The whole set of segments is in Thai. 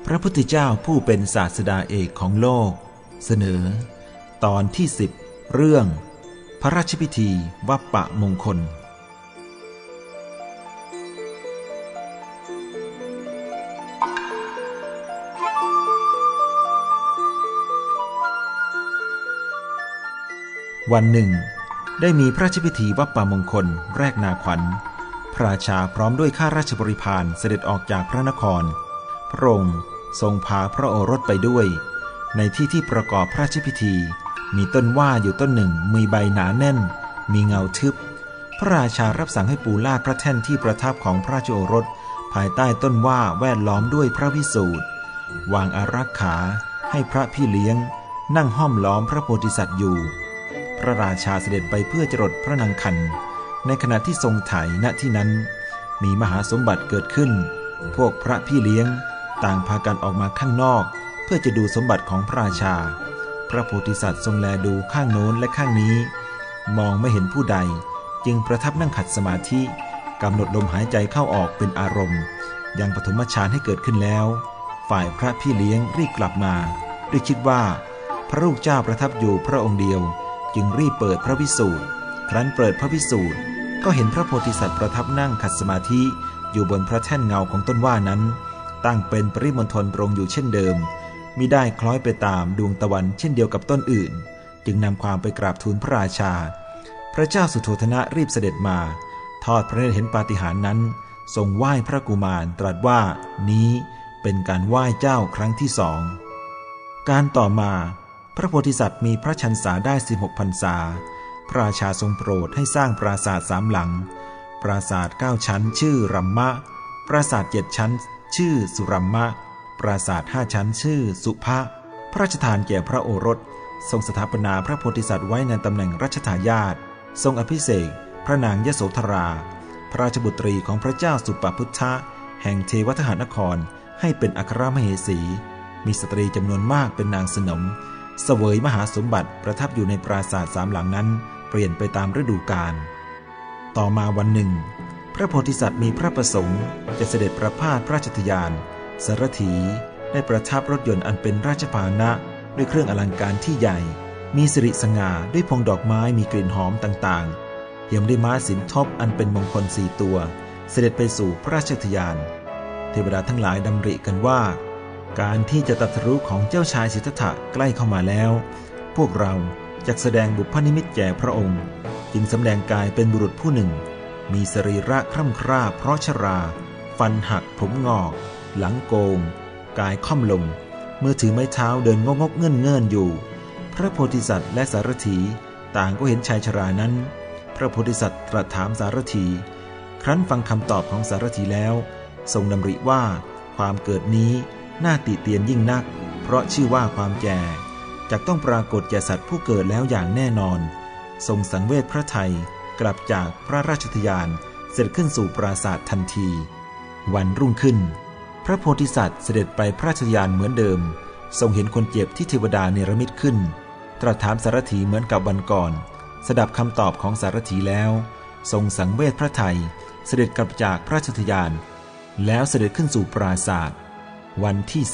พระพุทธเจ้าผู้เป็นศาสดาเอกของโลกเสนอตอนที่10เรื่องพระราชพิธีวัปปะมงคลวันหนึ่งได้มีพระราชพิธีวัปปะมงคลแรกนาขวัญพระราชาพร้อมด้วยข้าราชบริพารเสด็จออกจากพระนครพระองค์ทรงพาพระโอรสไปด้วยในที่ที่ประกอบพระราชพิธีมีต้นว่าอยู่ต้นหนึ่งมีใบหนาแน่นมีเงาทึบพระราชารับสั่งให้ปูลาดพระแท่นที่ประทับของพระราชโอรสภายใต้ต้นว่าแวดล้อมด้วยพระวิสูตรวางอารักขาให้พระพี่เลี้ยงนั่งห้อมล้อมพระโพธิสัตว์อยู่พระราชาเสด็จไปเพื่อจรดพระนางคันในขณะที่ทรงไถณที่นั้นมีมหาสมบัติเกิดขึ้นพวกพระพี่เลี้ยงต่างพากันออกมาข้างนอกเพื่อจะดูสมบัติของพระราชาพระโพธิสัตว์ทรงแลดูข้างโน้นและข้างนี้มองไม่เห็นผู้ใดจึงประทับนั่งขัดสมาธิกำหนดลมหายใจเข้าออกเป็นอารมณ์ยังปฐมฌานให้เกิดขึ้นแล้วฝ่ายพระพี่เลี้ยงรีบกลับมาด้วยคิดว่าพระลูกเจ้าประทับอยู่พระองค์เดียวจึงรีบเปิดพระวิสูตรครั้นเปิดพระวิสูตรก็เห็นพระโพธิสัตว์ประทับนั่งขัดสมาธิอยู่บนพระแท่นเงาของต้นว่านั้นตั้งเป็นปริมณฑลตรงอยู่เช่นเดิมมิได้คล้อยไปตามดวงตะวันเช่นเดียวกับต้นอื่นจึงนำความไปกราบทูลพระราชาพระเจ้าสุโธทนะรีบเสด็จมาทอดพระเนตรเห็นปาฏิหาริย์นั้นทรงไหว้พระกุมารตรัสว่านี้เป็นการไหว้เจ้าครั้งที่2การต่อมาพระโพธิสัตว์มีพระชรรษาได้16พรรษาพระราชาทรงโปรดให้สร้างปราสาท3หลังปราสาท9ชั้นชื่อรัมมะปราสาท7ชั้นชื่อสุรัมมะปราสาท5ชั้นชื่อสุภะพระราชทานแก่พระโอรสทรงสถาปนาพระโพธิสัตว์ไว้ในตำแหน่งรัชทายาททรงอภิเษกพระนางยโสธราพระราชบุตรีของพระเจ้าสุปพุทธะแห่งเทวทหานครให้เป็นอัครมเหสีมีสตรีจำนวนมากเป็นนางสนมเสวยมหาสมบัติประทับอยู่ในปราสาท3หลังนั้นเปลี่ยนไปตามฤดูกาลต่อมาวันหนึ่งพระโพธิสัตว์มีพระประสงค์จะเสด็จประพาสพระราชทาน สารถีได้ประทับรถยนต์อันเป็นราชพาหนะด้วยเครื่องอลังการที่ใหญ่มีสิริสง่าด้วยพวงดอกไม้มีกลิ่นหอมต่างๆยังได้ม้าสินทบอันเป็นมงคล4ตัวเสด็จไปสู่พระราชทาน เทวดาทั้งหลายดำริกันว่าการที่จะตรัสรู้ของเจ้าชายสิทธัตถะใกล้เข้ามาแล้วพวกเราจะแสดงบุพนิมิตแก่พระองค์จึงสำแดงกายเป็นบุรุษผู้หนึ่งมีสรีระคร่ำคร่าเพราะชราฟันหักผมงอกหลังโกงกายค่อมลงเมื่อถือไม้เท้าเดินงกๆเงื่อนๆอยู่พระโพธิสัตว์และสารถีต่างก็เห็นชายชรานั้นพระโพธิสัตว์ตรัสถามสารถีครั้นฟังคำตอบของสารถีแล้วทรงดำริว่าความเกิดนี้น่าติเตียนยิ่งนักเพราะชื่อว่าความแก่จักต้องปรากฏแก่สัตว์ผู้เกิดแล้วอย่างแน่นอนทรงสังเวชพระทัยกลับจากพระราชทานเสด็จขึ้นสู่ปราสาททันทีวันรุ่งขึ้นพระโพธิสัตว์เสด็จไปพระราชทานเหมือนเดิมทรงเห็นคนเจ็บที่เทวดาเนรมิตขึ้นตรัสถามสารถีเหมือนกับวันก่อนสดับคำตอบของสารถีแล้วทรงสังเวชพระทัยเสด็จกลับจากพระราชทานแล้วเสด็จขึ้นสู่ปราสาทวันที่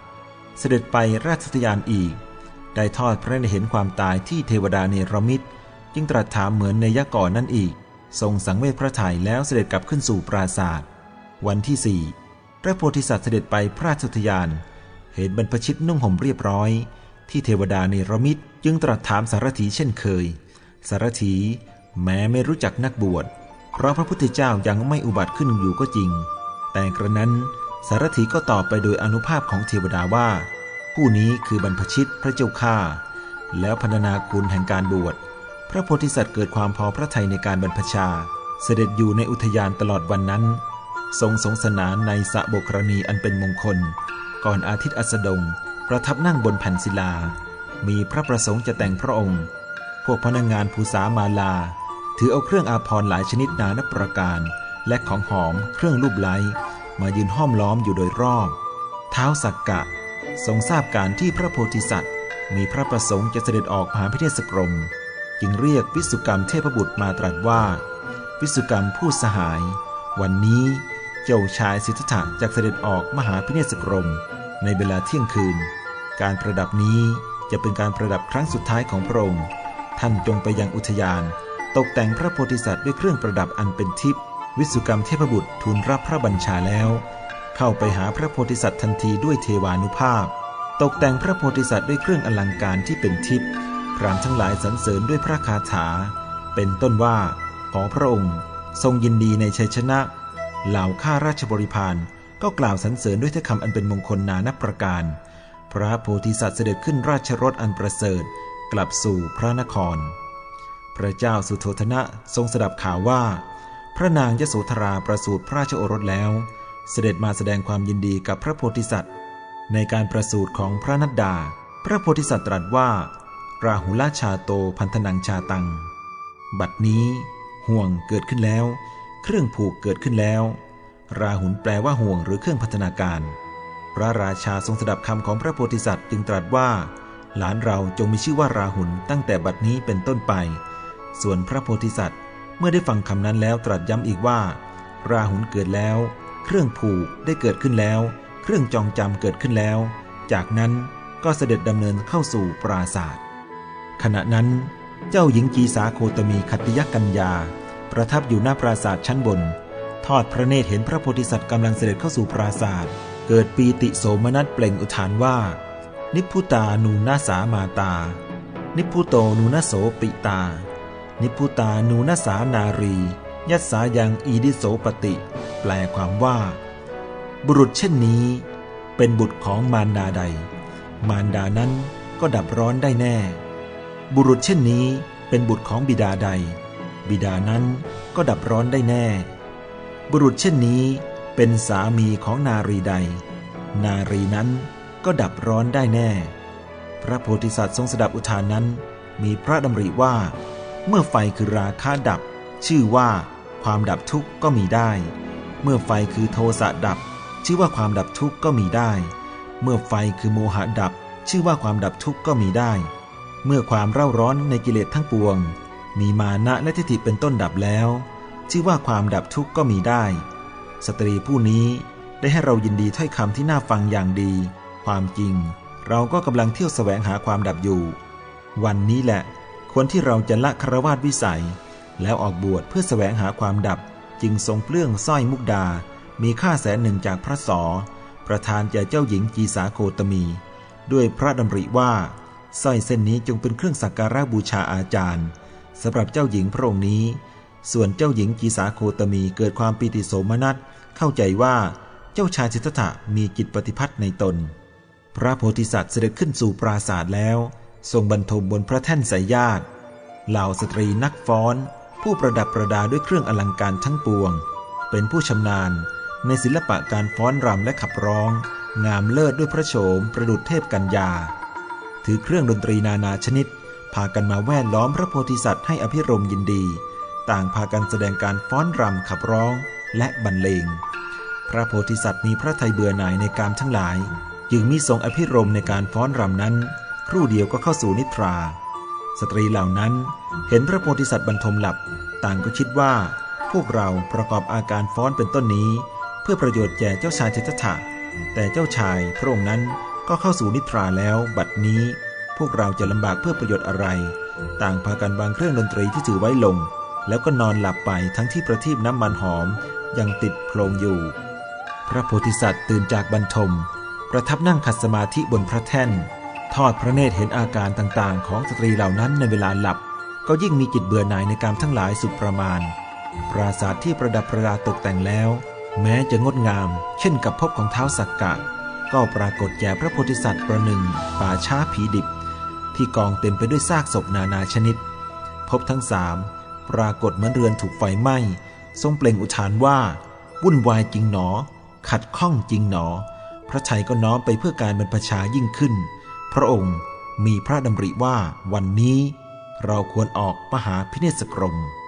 3เสด็จไปราชทานอีกได้ทอดพระเนตรเห็นความตายที่เทวดาเนรมิตจึงตรัสถามเหมือนในยะก่อนนั่นอีกทรงสังเวชพระทัยแล้วเสด็จกลับขึ้นสู่ปราสาทวันที่4พระโพธิสัตว์เสด็จไปพระราชทานเห็นบรรพชิตนุ่งห่มเรียบร้อยที่เทวดาเนรมิตจึงตรัสถามสารถีเช่นเคยสารถีแม้ไม่รู้จักนักบวชเพราะพระพุทธเจ้ายังไม่อุบัติขึ้นอยู่ก็จริงแต่กระนั้นสารถีก็ตอบไปโดยอานุภาพของเทวดาว่าผู้นี้คือบรรพชิตพระเจ้าข้าแล้วพรรณนาคุณแห่งการบวชพระโพธิสัตว์เกิดความพอพระทัยในการบรรพชาเสด็จอยู่ในอุทยานตลอดวันนั้นทรงสงสนานในสระโบกรณีอันเป็นมงคลก่อนอาทิตย์อัสดงประทับนั่งบนแผ่นศิลามีพระประสงค์จะแต่งพระองค์พวกพนักงานภูษามาลาถือเอาเครื่องอาภรณ์หลายชนิดนานับประการและของหอมเครื่องลูบไล้มายืนห้อมล้อมอยู่โดยรอบท้าวสักกะทรงทราบการที่พระโพธิสัตว์มีพระประสงค์จะเสด็จออกมหาพิเทศกรมจึงเรียกวิสุกรรมเทพบุตรมาตรัสว่าวิสุกรรมผู้สหายวันนี้เจ้าชายสิทธัตถะจะเสด็จออกมหาพิเนศกรมในเวลาเที่ยงคืนการประดับนี้จะเป็นการประดับครั้งสุดท้ายของพระองค์ท่านจงไปยังอุทยานตกแต่งพระโพธิสัตว์ด้วยเครื่องประดับอันเป็นทิพย์วิสุกรรมเทพบุตรทูลรับพระบัญชาแล้วเข้าไปหาพระโพธิสัตว์ทันทีด้วยเทวานุภาพตกแต่งพระโพธิสัตว์ด้วยเครื่องอลังการที่เป็นทิพย์พราหมณ์ทั้งหลายสรรเสริญด้วยพระคาถาเป็นต้นว่าขอพระองค์ทรงยินดีในชัยชนะเหล่าข้าราชบริพารก็กล่าวสรรเสริญด้วยถ้อยคำอันเป็นมงคลนานับประการพระโพธิสัตว์เสด็จขึ้นราชรถอันประเสริฐกลับสู่พระนครพระเจ้าสุโธทนะทรงสดับข่าวว่าพระนางยโสธราประสูติพระราชโอรสแล้วเสด็จมาแสดงความยินดีกับพระโพธิสัตว์ในการประสูติของพระนัดดาพระโพธิสัตว์ตรัสว่าราหุลชาโตพันธนังชาตังบัดนี้ห่วงเกิดขึ้นแล้วเครื่องผูกเกิดขึ้นแล้วราหุลแปลว่าห่วงหรือเครื่องพัฒนาการพระราชาทรงสดับคำของพระโพธิสัตว์จึงตรัสว่าหลานเราจงมีชื่อว่าราหุลตั้งแต่บัดนี้เป็นต้นไปส่วนพระโพธิสัตว์เมื่อได้ฟังคำนั้นแล้วตรัสย้ำอีกว่าราหุลเกิดแล้วเครื่องผูกได้เกิดขึ้นแล้วเครื่องจองจำเกิดขึ้นแล้วจากนั้นก็เสด็จดำเนินเข้าสู่ปราสาทขณะนั้นเจ้าหญิงกีสาโคตมีขัตติยกัญญาประทับอยู่หน้าปราสาทชั้นบนทอดพระเนตรเห็นพระโพธิสัตว์กำลังเสด็จเข้าสู่ปราสาทเกิดปีติโสมนัสเปล่งอุทานว่านิพพุตานูนาสามาตานิพพุโตนูนโสปิตานิพพุตานูนสานารียัสสายังอีดิโสปติแปลความว่าบุรุษเช่นนี้เป็นบุตรของมารดาใดมารดานั้นก็ดับร้อนได้แน่บุรุษเช่นนี้เป็นบุตรของบิดาใดบิดานั้นก็ดับร้อนได้แน่บุรุษเช่นนี้เป็นสามีของนารีใดนารีนั้นก็ดับร้อนได้แน่พระโพธิสัตว์ทรงสดับอุทานนั้นมีพระดำริว่าเมื่อไฟคือราคะดับชื่อว่าความดับทุกข์ก็มีได้เมื่อไฟคือโทสะดับชื่อว่าความดับทุกข์ก็มีได้เมื่อไฟคือโมหะดับชื่อว่าความดับทุกข์ก็มีได้เมื่อความเร่าร้อนในกิเลสทั้งปวงมีมานะและทิฏฐิเป็นต้นดับแล้วชื่อว่าความดับทุกข์ก็มีได้สตรีผู้นี้ได้ให้เรายินดีถ้อยคำที่น่าฟังอย่างดีความจริงเราก็กำลังเที่ยวแสวงหาความดับอยู่วันนี้แหละควรที่เราจะละฆราวาสวิสัยแล้วออกบวชเพื่อแสวงหาความดับจึงทรงเปลื้องสร้อยมุกดามีค่า100,000จากพระศอประทานแก่เจ้าหญิงกีสาโคตมีด้วยพระดำริว่าสร้อยเส้นนี้จงเป็นเครื่องสักการะบูชาอาจารย์สำหรับเจ้าหญิงพระองค์นี้ส่วนเจ้าหญิงกีสาโคตมีเกิดความปีติโสมนัสเข้าใจว่าเจ้าชายสิทธัตถะมีจิตปฏิพัทธ์ในตนพระโพธิสัตว์เสด็จขึ้นสู่ปราสาทแล้วทรงบรรทมบนพระแท่นสายญาติเหล่าสตรีนักฟ้อนผู้ประดับประดาด้วยเครื่องอลังการทั้งปวงเป็นผู้ชำนาญในศิลปะการฟ้อนรำและขับร้องงามเลิศด้วยพระโฉมประดุจเทพกัญญาถือเครื่องดนตรีนานาชนิดพากันมาแวดล้อมพระโพธิสัตว์ให้อภิรมย์ยินดีต่างพากันแสดงการฟ้อนรำขับร้องและบรรเลงพระโพธิสัตว์มีพระทัยเบื่อหน่ายในกามทั้งหลายจึงมิทรงอภิรมย์ในการฟ้อนรำนั้นครู่เดียวก็เข้าสู่นิทราสตรีเหล่านั้นเห็นพระโพธิสัตว์บรรทมหลับต่างก็คิดว่าพวกเราประกอบอาการฟ้อนเป็นต้นนี้เพื่อประโยชน์แก่เจ้าชายสิทธัตถะแต่เจ้าชายพระองค์นั้นก็เข้าสู่นิทราแล้วบัดนี้พวกเราจะลำบากเพื่อประโยชน์อะไรต่างพากันวางเครื่องดนตรีที่ถือไว้ลงแล้วก็นอนหลับไปทั้งที่ประทีปน้ำมันหอมยังติดโพลงอยู่พระโพธิสัตว์ตื่นจากบรรทมประทับนั่งขัดสมาธิบนพระแท่นทอดพระเนตรเห็นอาการต่างๆของสตรีเหล่านั้นในเวลาหลับก็ยิ่งมีจิตเบื่อหน่ายในกามทั้งหลายสุดประมาณปราสาทที่ประดับประดาตกแต่งแล้วแม้จะงดงามเช่นกับภพของท้าวสักกะก็ปรากฏแก่พระโพธิสัตว์ประหนึ่งป่าช้าผีดิบที่กองเต็มไปด้วยซากศพนานาชนิดภพทั้ง3ปรากฏเหมือนเรือนถูกไฟไหม้ทรงเปล่งอุทานว่าวุ่นวายจริงหนอขัดข้องจริงหนอพระทัยก็น้อมไปเพื่อการบรรพชายิ่งขึ้นพระองค์มีพระดำริว่าวันนี้เราควรออกมหาพิเนศกรม